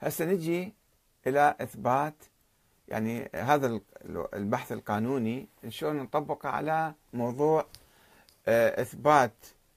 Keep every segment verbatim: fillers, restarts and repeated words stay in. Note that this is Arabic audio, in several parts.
هسه نجي إلى إثبات يعني هذا البحث القانوني شلون نطبقه على موضوع آه، إثبات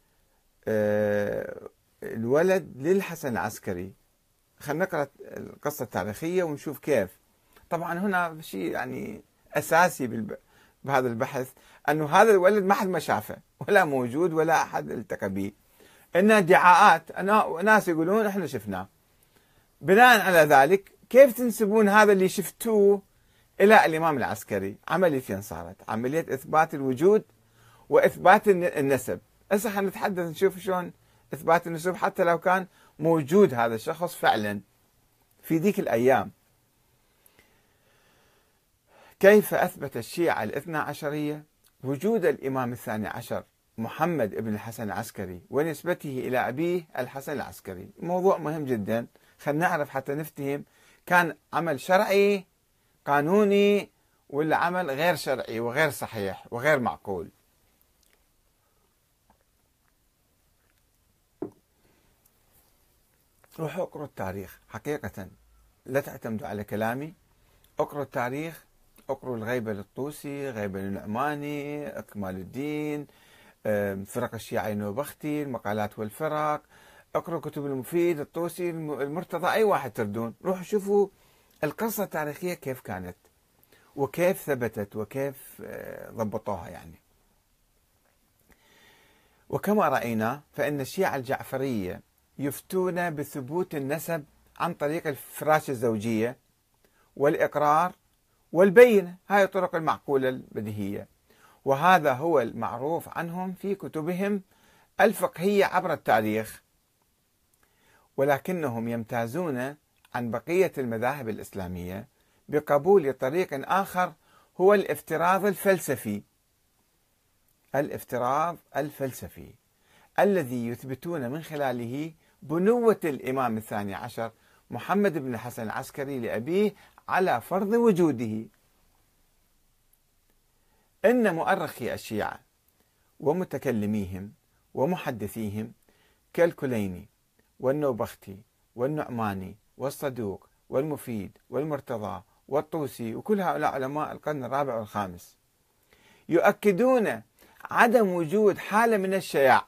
آه، الولد للحسن العسكري. خلينا نقرأ القصة التاريخية ونشوف كيف. طبعا هنا شيء يعني أساسي بالب... بهذا البحث أنه هذا الولد ما حد ما شافه ولا موجود ولا أحد التقى به، إنها ادعاءات، أنا ناس يقولون إحنا شفناه. بناء على ذلك كيف تنسبون هذا اللي شفتوه إلى الإمام العسكري؟ عمليتين صارت، عملية إثبات الوجود وإثبات النسب. هسه خلينا نتحدث نشوف شلون إثبات النسب حتى لو كان موجود هذا الشخص فعلا في ذيك الأيام. كيف أثبت الشيعة الاثنى عشرية وجود الإمام الثاني عشر محمد بن الحسن العسكري ونسبته إلى أبيه الحسن العسكري؟ موضوع مهم جدا، خلينا نعرف حتى نفتهم كان عمل شرعي قانوني ولا عمل غير شرعي وغير صحيح وغير معقول. روحوا اقروا التاريخ حقيقة، لا تعتمدوا على كلامي. اقروا التاريخ، اقروا الغيبة للطوسي، غيبة للنعماني، اكمال الدين، فرق الشيعة النوبختي، المقالات والفرق، اقروا كتب المفيد، الطوسي، المرتضى، اي واحد تردون. روحوا شوفوا القصة التاريخية كيف كانت وكيف ثبتت وكيف ضبطوها يعني. وكما رأينا فإن الشيعة الجعفرية يفتون بثبوت النسب عن طريق الفراشة الزوجية والإقرار والبينة، هاي الطرق المعقولة البديهية، وهذا هو المعروف عنهم في كتبهم الفقهية عبر التاريخ. ولكنهم يمتازون عن بقية المذاهب الإسلامية بقبول طريق آخر هو الافتراض الفلسفي. الافتراض الفلسفي الذي يثبتون من خلاله بنوة الإمام الثاني عشر محمد بن الحسن العسكري لأبيه على فرض وجوده. إن مؤرخي الشيعة ومتكلميهم ومحدثيهم كالكليني والنوبختي والنعماني والصدوق والمفيد والمرتضى والطوسي وكل هؤلاء علماء القرن الرابع والخامس يؤكدون عدم وجود حالة من الشياع،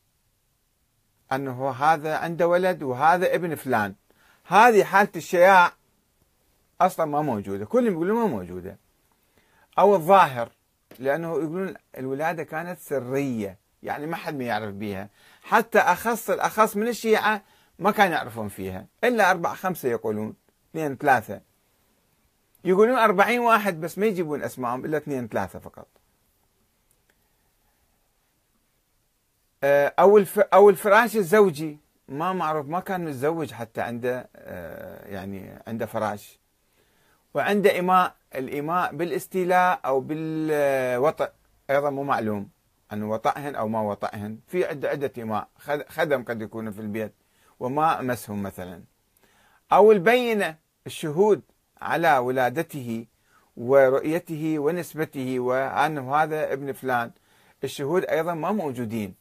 أنه هذا عنده ولد وهذا ابن فلان. هذه حالة الشياع أصلا ما موجودة، كلهم يقولون ما موجودة. أو الظاهر، لأنه يقولون الولادة كانت سرية، يعني ما حد ما يعرف بيها، حتى أخص الأخص من الشيعة ما كانوا يعرفون فيها إلا أربعة خمسة، يقولون اثنين ثلاثة، يقولون أربعين واحد بس ما يجيبون أسمائهم إلا اثنين ثلاثة فقط. أو أو الفراش الزوجي ما معروف، ما كان متزوج حتى عنده يعني عنده فراش، وعنده إماء، الإماء بالاستيلاء أو بالوطئ أيضا مو معلوم أنه وطئهن أو ما وطئهن، في عدة عدة إماء، خدم قد يكونوا في البيت وما أمسهم مثلا. أو البينة، الشهود على ولادته ورؤيته ونسبته وأنه هذا ابن فلان، الشهود أيضا ما موجودين.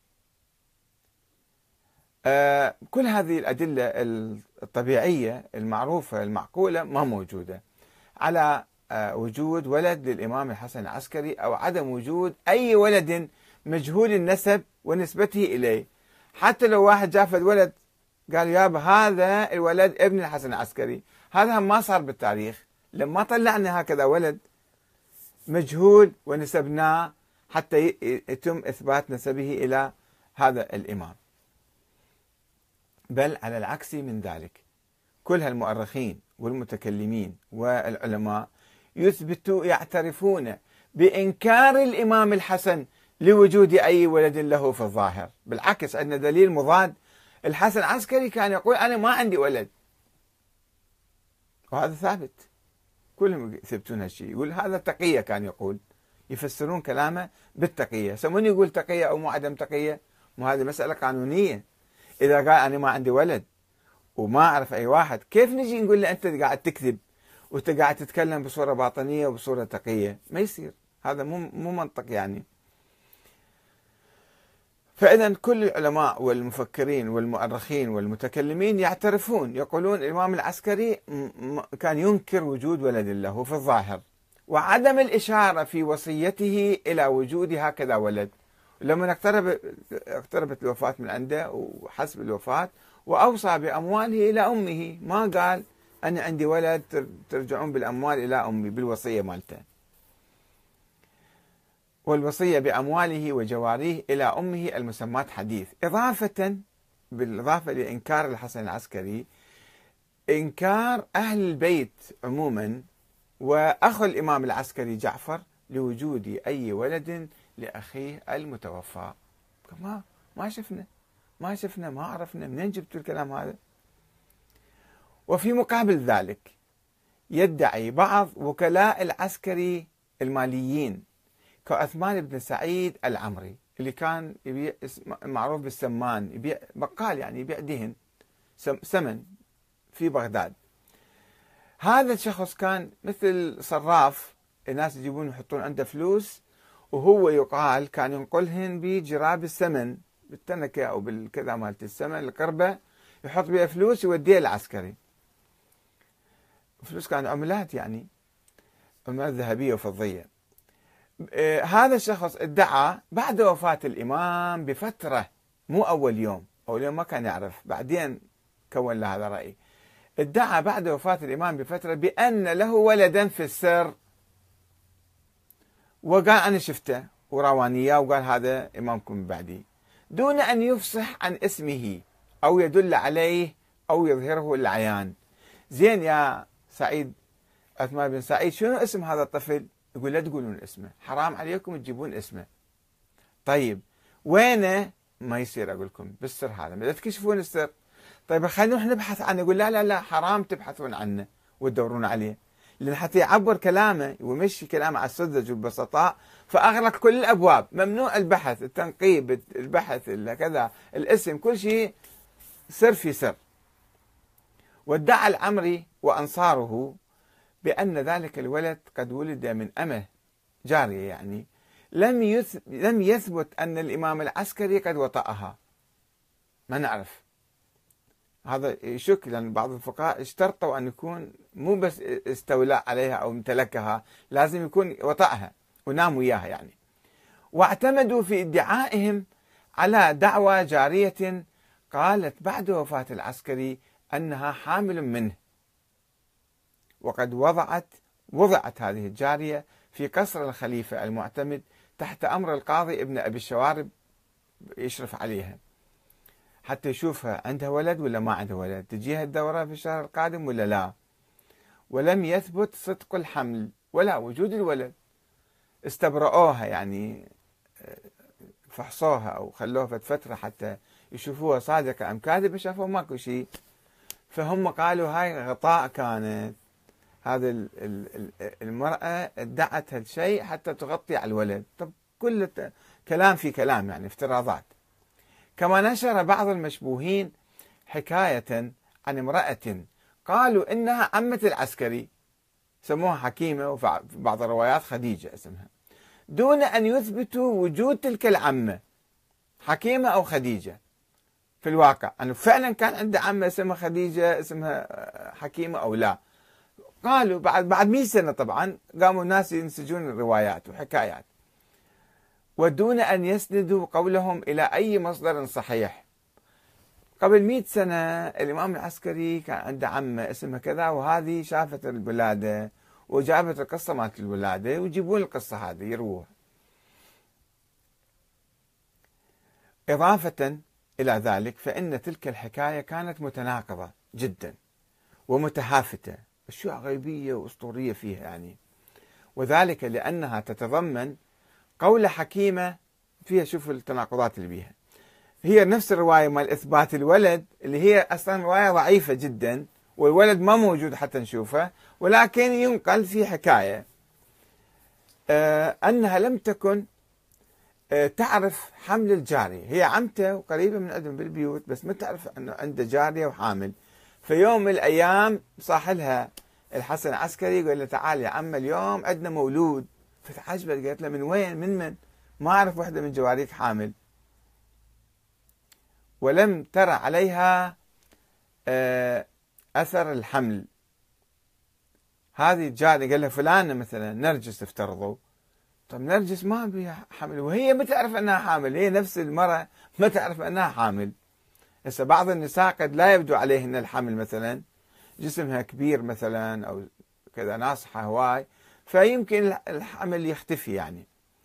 آه كل هذه الأدلة الطبيعية المعروفة المعقولة ما موجودة على آه وجود ولد للإمام الحسن العسكري أو عدم وجود أي ولد مجهول النسب ونسبته إليه. حتى لو واحد جافد ولد قال يابا هذا الولد ابن الحسن العسكري، هذا ما صار بالتاريخ. لما طلعنا هكذا ولد مجهول ونسبناه حتى يتم إثبات نسبه إلى هذا الإمام. بل على العكس من ذلك، كل هالمؤرخين والمتكلمين والعلماء يثبتوا يعترفون بإنكار الإمام الحسن لوجود أي ولد له في الظاهر. بالعكس عندنا دليل مضاد، الحسن العسكري كان يقول أنا ما عندي ولد، وهذا ثابت، كلهم يثبتون هالشيء. يقول هذا تقية، كان يقول، يفسرون كلامه بالتقية. سمون يقول تقية أو مو عدم تقية، مو هذه مسألة قانونية. إذا قال أنا ما عندي ولد وما أعرف أي واحد، كيف نجي نقول له أنت قاعد تكذب وأنت قاعد تتكلم بصورة باطنية وبصورة تقية؟ ما يصير، هذا مو مو منطق يعني. فإذا كل العلماء والمفكرين والمؤرخين والمتكلمين يعترفون، يقولون الإمام العسكري كان ينكر وجود ولد له في الظاهر، وعدم الإشارة في وصيته إلى وجود هكذا ولد. لما اقترب اقتربت الوفاة من عنده وحسب الوفاة وأوصى بأمواله إلى أمه، ما قال أنا عندي ولد ترجعون بالأموال إلى أمي بالوصية مالته. والوصية بأمواله وجواريه إلى أمه المسماة حديث، إضافة بالإضافة لإنكار الحسن العسكري إنكار أهل البيت عموما وأخو الإمام العسكري جعفر لوجود أي ولد لأخيه المتوفى. ما ما شفنا ما شفنا ما عرفنا منين جبتوا الكلام هذا. وفي مقابل ذلك يدعي بعض وكلاء العسكري الماليين كعثمان بن سعيد العمري اللي كان يبيع معروف بالسمان، يبيع بقال يعني يبيع دهن سمن في بغداد. هذا الشخص كان مثل صراف، الناس يجيبون يحطون عنده فلوس وهو يقال كان ينقلهن بجراب السمن بالتنكة أو بالكذا مالت السمن القربة، يحط بها فلوس يوديها العسكري. فلوس كان عملات يعني عملات ذهبية وفضية. آه هذا الشخص ادعى بعد وفاة الإمام بفترة، مو أول يوم، أول يوم ما كان يعرف، بعدين كون له هذا الرأي. ادعى بعد وفاة الإمام بفترة بأن له ولدا في السر، وقال أنا شفته وراواني إياه وقال هذا إمامكم من بعدي، دون أن يفصح عن اسمه أو يدل عليه أو يظهره العيان. زين يا سعيد عثمان بن سعيد، شنو اسم هذا الطفل؟ يقول لا تقولون اسمه، حرام عليكم تجيبون اسمه. طيب وينه؟ ما يصير أقول لكم بالسر هذا، ما تكشفون السر. طيب خلينا نروح نبحث عنه. يقول لا لا لا حرام تبحثون عنه وتدورون عليه، لأن حتى يعبر كلامه ويمشي كلامه على السذج والبسطاء فأغلق كل الأبواب، ممنوع البحث، التنقيب، البحث، كذا، الاسم، كل شيء سر في سر. وادعى العمري وأنصاره بأن ذلك الولد قد ولد من أمه جارية، يعني لم لم يثبت أن الإمام العسكري قد وطأها. ما نعرف، هذا يشك، لأن بعض الفقهاء اشترطوا أن يكون مو بس استولى عليها أو امتلكها، لازم يكون وطأها ونام وياها يعني. واعتمدوا في ادعائهم على دعوى جارية قالت بعد وفاة العسكري أنها حامل منه، وقد وضعت وضعت هذه الجارية في قصر الخليفة المعتمد تحت أمر القاضي ابن أبي الشوارب يشرف عليها حتى يشوفها عندها ولد ولا ما عندها ولد، تجيها الدورة في الشهر القادم ولا لا. ولم يثبت صدق الحمل ولا وجود الولد. استبرؤوها يعني فحصوها أو خلوها فترة حتى يشوفوها صادقة أم كاذبة، شافوا ماكو شيء، فهم قالوا هاي غطاء كانت، هذا المرأة ادعت هالشيء حتى تغطي على الولد. طب كل كلام في كلام يعني افتراضات. كما نشر بعض المشبوهين حكاية عن امرأة قالوا إنها عمة العسكري، سموها حكيمة وفي بعض الروايات خديجة اسمها، دون أن يثبتوا وجود تلك العمة حكيمة أو خديجة في الواقع، أنه فعلا كان عنده عمة اسمها خديجة اسمها حكيمة أو لا. قالوا بعد بعد مئة سنة طبعا قاموا الناس ينسجون الروايات وحكايات، ودون أن يسندوا قولهم إلى أي مصدر صحيح. قبل مئة سنة الإمام العسكري كان عنده عمة اسمها كذا، وهذه شافت الولادة وجابت القصة مالت الولادة، ويجيبون القصة هذه يروها. إضافة إلى ذلك فإن تلك الحكاية كانت متناقضة جدا ومتهافتة، أشياء غيبية وأسطورية فيها يعني، وذلك لأنها تتضمن قول حكيمة فيها، شوفوا التناقضات اللي بيها، هي نفس الرواية مال إثبات الولد اللي هي أصلا رواية ضعيفة جدا والولد ما موجود حتى نشوفه، ولكن ينقل في حكاية آه أنها لم تكن آه تعرف حمل الجارية، هي عمته وقريبة من عندهم بالبيوت بس ما تعرف أنه عنده جارية وحامل. في يوم من الأيام صاح لها الحسن العسكري يقول له تعال يا عم اليوم عندنا مولود، فتعجبت قالت له من وين من من؟ ما أعرف وحدة من جواريك حامل. ولم تر عليها آه، أثر الحمل. هذه جاري قال لها فلانة مثلا نرجس افترضوا، طب نرجس ما بها حمل وهي ما تعرف أنها حامل، هي نفس المرأة ما تعرف أنها حامل. هسه بعض النساء قد لا يبدو عليهن الحمل، مثلا جسمها كبير مثلا أو كذا ناصحة هواي، فيمكن الحمل يختفي يعني.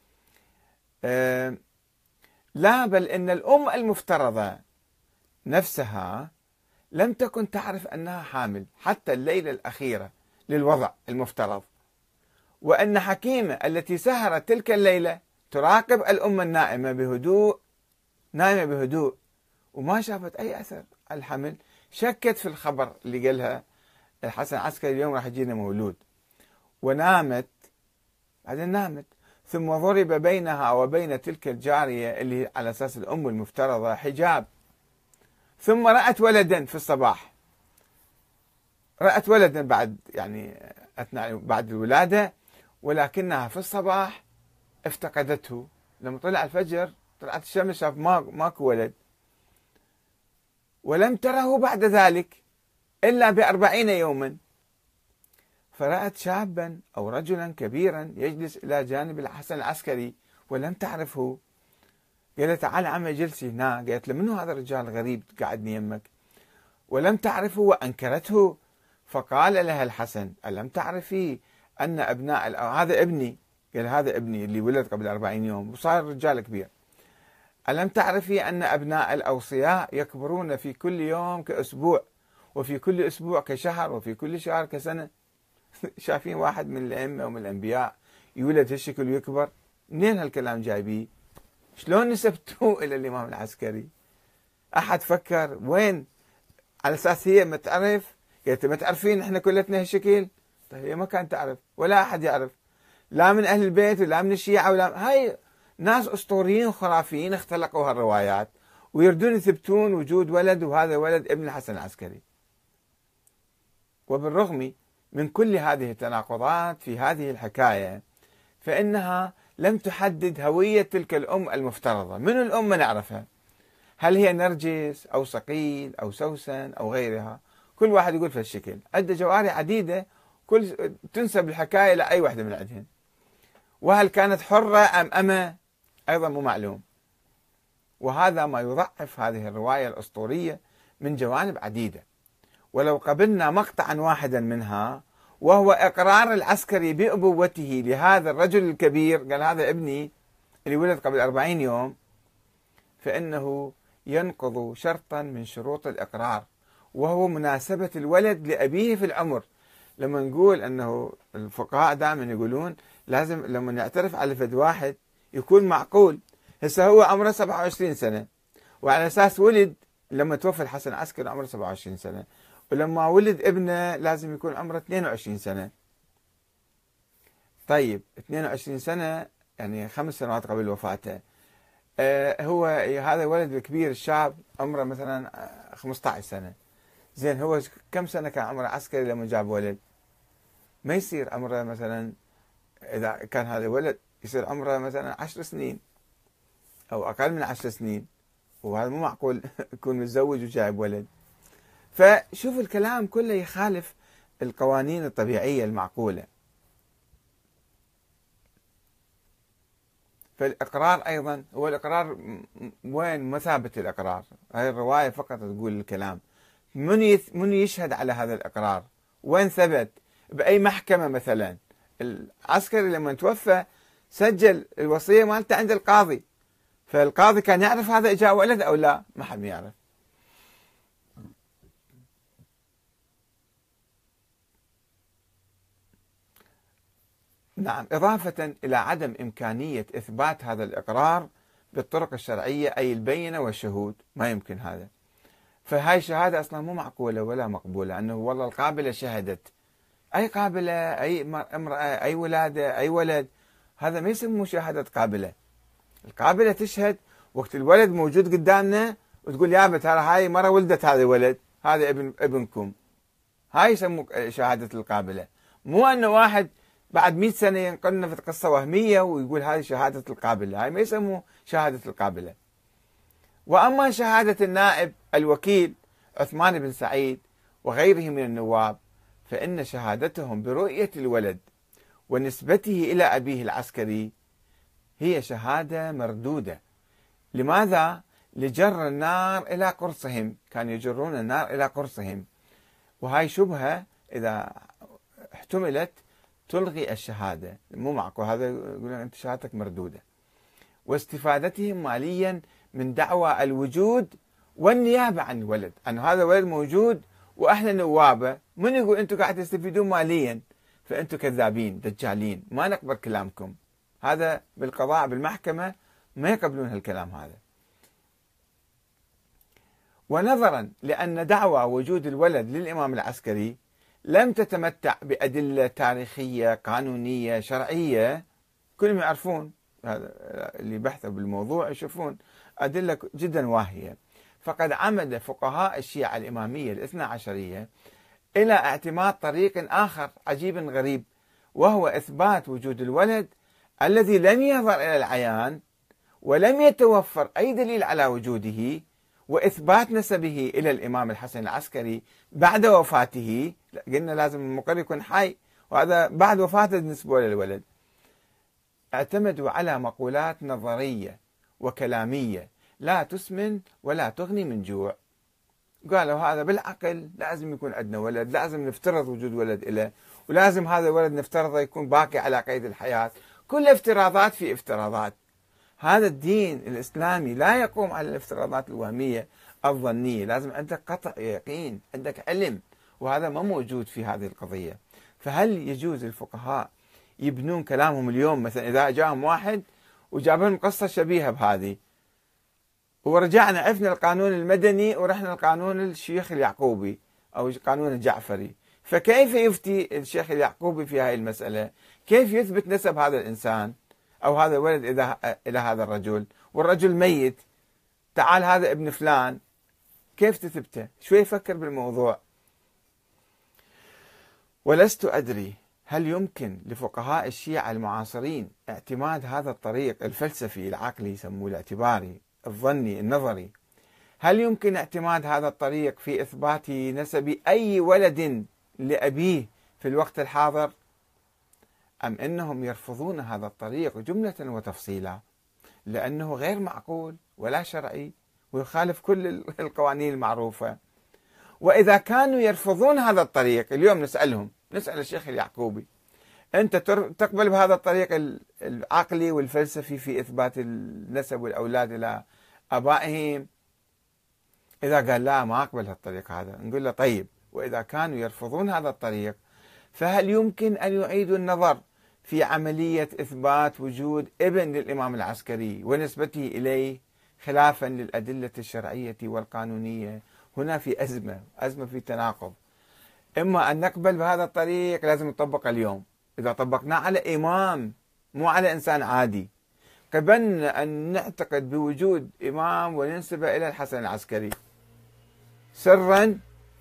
أه لا، بل إن الأم المفترضة نفسها لم تكن تعرف أنها حامل حتى الليلة الأخيرة للوضع المفترض، وأن حكيمة التي سهرت تلك الليلة تراقب الأم النائمة بهدوء، نائمة بهدوء، وما شافت أي أثر على الحمل، شكت في الخبر اللي قالها الحسن العسكري اليوم راح يجينا مولود، ونامت. بعدين نامت، ثم ضرب بينها وبين تلك الجارية اللي على أساس الأم المفترضة حجاب، ثم رأت ولدا في الصباح، رأت ولدا بعد يعني أثناء بعد الولادة، ولكنها في الصباح افتقدته. لما طلع الفجر طلعت الشمس شاف ما ماكو ولد، ولم تره بعد ذلك إلا بأربعين يوما، فرأت شابا أو رجلا كبيرا يجلس إلى جانب الحسن العسكري ولم تعرفه. قالت تعال عمي جلسي هنا. قالت له منو هذا الرجال الغريب قاعدني يمك؟ ولم تعرفه وأنكرته. فقال لها الحسن ألم تعرفي أن أبناء هذا ابني، قال هذا ابني اللي ولد قبل أربعين يوم وصار رجال كبير، ألم تعرفي أن أبناء الأوصياء يكبرون في كل يوم كأسبوع، وفي كل أسبوع كشهر، وفي كل شهر كسنة؟ شايفين واحد من الأئمة ومن الأنبياء يولد هالشكل ويكبر؟ منين هالكلام جايبيه؟ شلون نسبتوه إلى الإمام العسكري؟ أحد فكر وين؟ على أساس هي ما تعرف؟ قالت ما تعرفين إحنا كلتنا هالشكل؟ طيب هي ما كانت تعرف ولا أحد يعرف، لا من أهل البيت ولا من الشيعة، ولا هاي ناس أسطوريين خرافيين اختلقوا هالروايات ويردون يثبتون وجود ولد، وهذا ولد ابن الحسن العسكري. وبالرغم من كل هذه التناقضات في هذه الحكاية، فإنها لم تحدد هوية تلك الأم المفترضة. من الأم ما نعرفها، هل هي نرجس أو صقيل أو سوسن أو غيرها؟ كل واحد يقول في الشكل، عدة جواري عديدة كل تنسب الحكاية لأي واحدة من عندهن. وهل كانت حرة أم أمة أيضا مو معلوم. وهذا ما يضعف هذه الرواية الأسطورية من جوانب عديدة. ولو قبلنا مقطعا واحدا منها، وهو إقرار العسكري بأبوته لهذا الرجل الكبير، قال هذا ابني اللي ولد قبل أربعين يوم، فإنه ينقض شرطا من شروط الإقرار، وهو مناسبة الولد لأبيه في العمر. لما نقول أنه الفقهاء دائما يقولون لازم لما نعترف على فد واحد يكون معقول. هسه هو عمره سبعة وعشرين سنة، وعلى أساس ولد لما توفى الحسن العسكري عمره سبعة وعشرين سنة، ولما ولد ابنه لازم يكون عمره اثنين وعشرين سنة. طيب اثنين وعشرين سنة يعني خمس سنوات قبل وفاته. آه هو هذا الولد الكبير الشاب عمره مثلا خمسة عشر سنة. زين هو كم سنة كان عمره عسكري لما جاب ولد؟ ما يصير عمره مثلا، إذا كان هذا الولد يصير عمره مثلا عشر سنين أو أقل من عشر سنين، وهذا مو معقول يكون متزوج وجايب ولد. فشوف الكلام كله يخالف القوانين الطبيعية المعقولة. فالإقرار أيضا هو الإقرار وين مثابة الإقرار؟ هاي الرواية فقط تقول الكلام. من من يشهد على هذا الإقرار؟ وين ثبت؟ بأي محكمة مثلا؟ العسكري لما توفى سجل الوصية مالته عند القاضي، فالقاضي كان يعرف هذا جاء ولد أو لا؟ ما حد يعرف. نعم، إضافة إلى عدم إمكانية إثبات هذا الإقرار بالطرق الشرعية، أي البينة والشهود، ما يمكن هذا. فهاي الشهادة أصلا مو معقولة ولا مقبولة، أنه والله القابلة شهدت. أي قابلة؟ أي امرأة؟ أي ولادة؟ أي ولد؟ هذا ما يسمى مشاهدة قابلة. القابلة تشهد وقت الولد موجود قدامنا وتقول يا ترى هاي مرة ولدت هذا الولد، هذا ابن ابنكم. هاي يسموا شهادة القابلة. مو أنه واحد بعد مئة سنة ينقلنا في قصة وهمية ويقول هذه شهادة القابلة. هاي ما يسموا شهادة القابلة. وأما شهادة النائب الوكيل عثمان بن سعيد وغيره من النواب فإن شهادتهم برؤية الولد ونسبته إلى أبيه العسكري هي شهادة مردودة. لماذا؟ لجر النار إلى قرصهم، كانوا يجرون النار إلى قرصهم، وهاي شبهة إذا احتملت تلغي الشهادة، مو معقول هذا يقولون أنت شهادتك مردودة. واستفادتهم ماليا من دعوى الوجود والنيابة عن الولد، أن هذا الولد موجود وإحنا نوابه، من يقول أنتم قاعد تستفيدون ماليا؟ فأنتم كذابين دجالين، ما نقبل كلامكم. هذا بالقضاء بالمحكمة ما يقبلون هالكلام هذا. ونظرا لأن دعوى وجود الولد للإمام العسكري لم تتمتع بأدلة تاريخية قانونية شرعية، كلهم يعرفون، هذا اللي بحثوا بالموضوع يشوفون أدلة جدا واهية، فقد عمد فقهاء الشيعة الإمامية الاثنى عشرية إلى اعتماد طريق آخر عجيب غريب، وهو إثبات وجود الولد الذي لم يظهر إلى العيان ولم يتوفر أي دليل على وجوده، وإثبات نسبه إلى الإمام الحسن العسكري بعد وفاته. قلنا لازم المقر يكون حي، وهذا بعد وفاته نسبه للولد. اعتمدوا على مقولات نظرية وكلامية لا تسمن ولا تغني من جوع. قالوا هذا بالعقل لازم يكون عندنا ولد، لازم نفترض وجود ولد له، ولازم هذا الولد نفترضه يكون باقي على قيد الحياة. كل افتراضات في افتراضات. هذا الدين الإسلامي لا يقوم على الافتراضات الوهمية الظنية، لازم عندك قطع يقين، عندك علم، وهذا ما موجود في هذه القضية. فهل يجوز الفقهاء يبنون كلامهم اليوم؟ مثلا إذا جاءهم واحد وجاب لهم قصة شبيهة بهذه، ورجعنا عفنا القانون المدني ورحنا القانون الشيخ اليعقوبي أو القانون الجعفري، فكيف يفتي الشيخ اليعقوبي في هذه المسألة؟ كيف يثبت نسب هذا الإنسان أو هذا الولد إذا إلى هذا الرجل، والرجل ميت؟ تعال هذا ابن فلان، كيف تثبته؟ شوي يفكر بالموضوع. ولست أدري هل يمكن لفقهاء الشيعة المعاصرين اعتماد هذا الطريق الفلسفي العقلي يسموه الاعتباري الظني النظري، هل يمكن اعتماد هذا الطريق في إثبات نسب أي ولد لأبيه في الوقت الحاضر، أم أنهم يرفضون هذا الطريق جملة وتفصيلا لأنه غير معقول ولا شرعي ويخالف كل القوانين المعروفة؟ وإذا كانوا يرفضون هذا الطريق، اليوم نسألهم، نسأل الشيخ اليعقوبي، أنت تقبل بهذا الطريق العقلي والفلسفي في إثبات النسب والأولاد إلى آبائهم؟ إذا قال لا ما أقبل هالطريق هذا، نقول له طيب، وإذا كانوا يرفضون هذا الطريق فهل يمكن أن يعيدوا النظر في عملية إثبات وجود ابن للإمام العسكري ونسبته إليه خلافا للأدلة الشرعية والقانونية؟ هنا في أزمة، أزمة في تناقض. إما أن نقبل بهذا الطريق لازم نطبق اليوم، إذا طبقناه على إمام مو على إنسان عادي، قبلنا أن نعتقد بوجود إمام وننسبه إلى الحسن العسكري سرا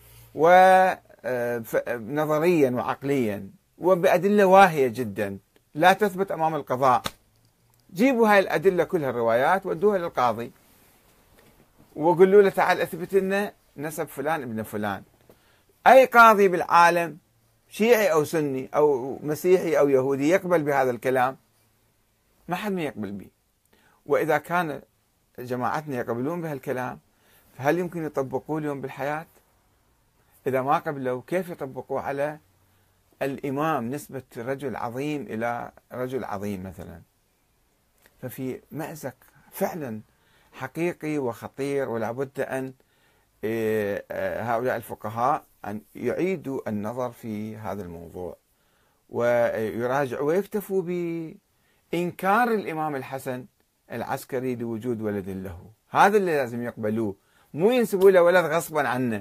ونظريا وعقليا وبأدلة واهية جدا لا تثبت أمام القضاء. جيبوا هاي الأدلة كلها الروايات ودوها للقاضي وقولوا له تعال اثبت لنا نسب فلان ابن فلان. أي قاضي بالعالم شيعي أو سني أو مسيحي أو يهودي يقبل بهذا الكلام؟ ما حد ما يقبل به. وإذا كان جماعتنا يقبلون بهالكلام فهل يمكن يطبقوه اليوم بالحياة؟ إذا ما قبلوا كيف يطبقوه على الإمام، نسبة رجل عظيم إلى رجل عظيم مثلا؟ ففي مأزق فعلا حقيقي وخطير، ولا بد أن هؤلاء الفقهاء أن يعيدوا النظر في هذا الموضوع ويراجعوا ويكتفوا بإنكار الإمام الحسن العسكري لوجود ولد له. هذا اللي لازم يقبلوه، مو ينسبوا له ولد غصبا عنه.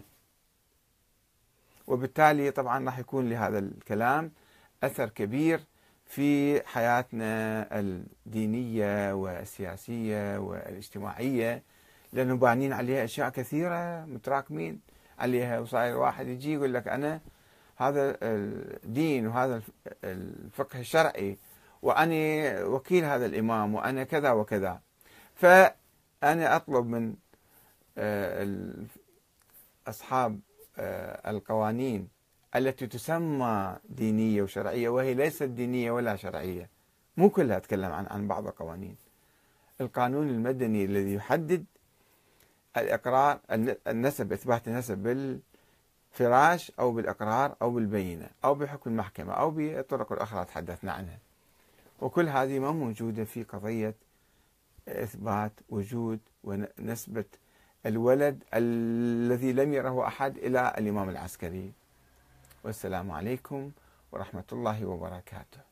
وبالتالي طبعا راح يكون لهذا الكلام أثر كبير في حياتنا الدينية والسياسية والاجتماعية، لأنه بانين عليها أشياء كثيرة متراكمين عليها، وصاير واحد يجي يقول لك أنا هذا الدين وهذا الفقه الشرعي وأنا وكيل هذا الإمام وأنا كذا وكذا. فأنا أطلب من آه، أصحاب القوانين التي تسمى دينية وشرعية وهي ليست دينية ولا شرعية، مو كلها أتكلم عن عن بعض القوانين. القانون المدني الذي يحدد الإقرار النسب، إثبات النسب بالفراش أو بالإقرار أو بالبينة أو بحكم المحكمة أو بالطرق الأخرى تحدثنا عنها، وكل هذه ما موجودة في قضية إثبات وجود ونسبة الولد الذي لم يره أحد إلى الإمام العسكري. والسلام عليكم ورحمة الله وبركاته.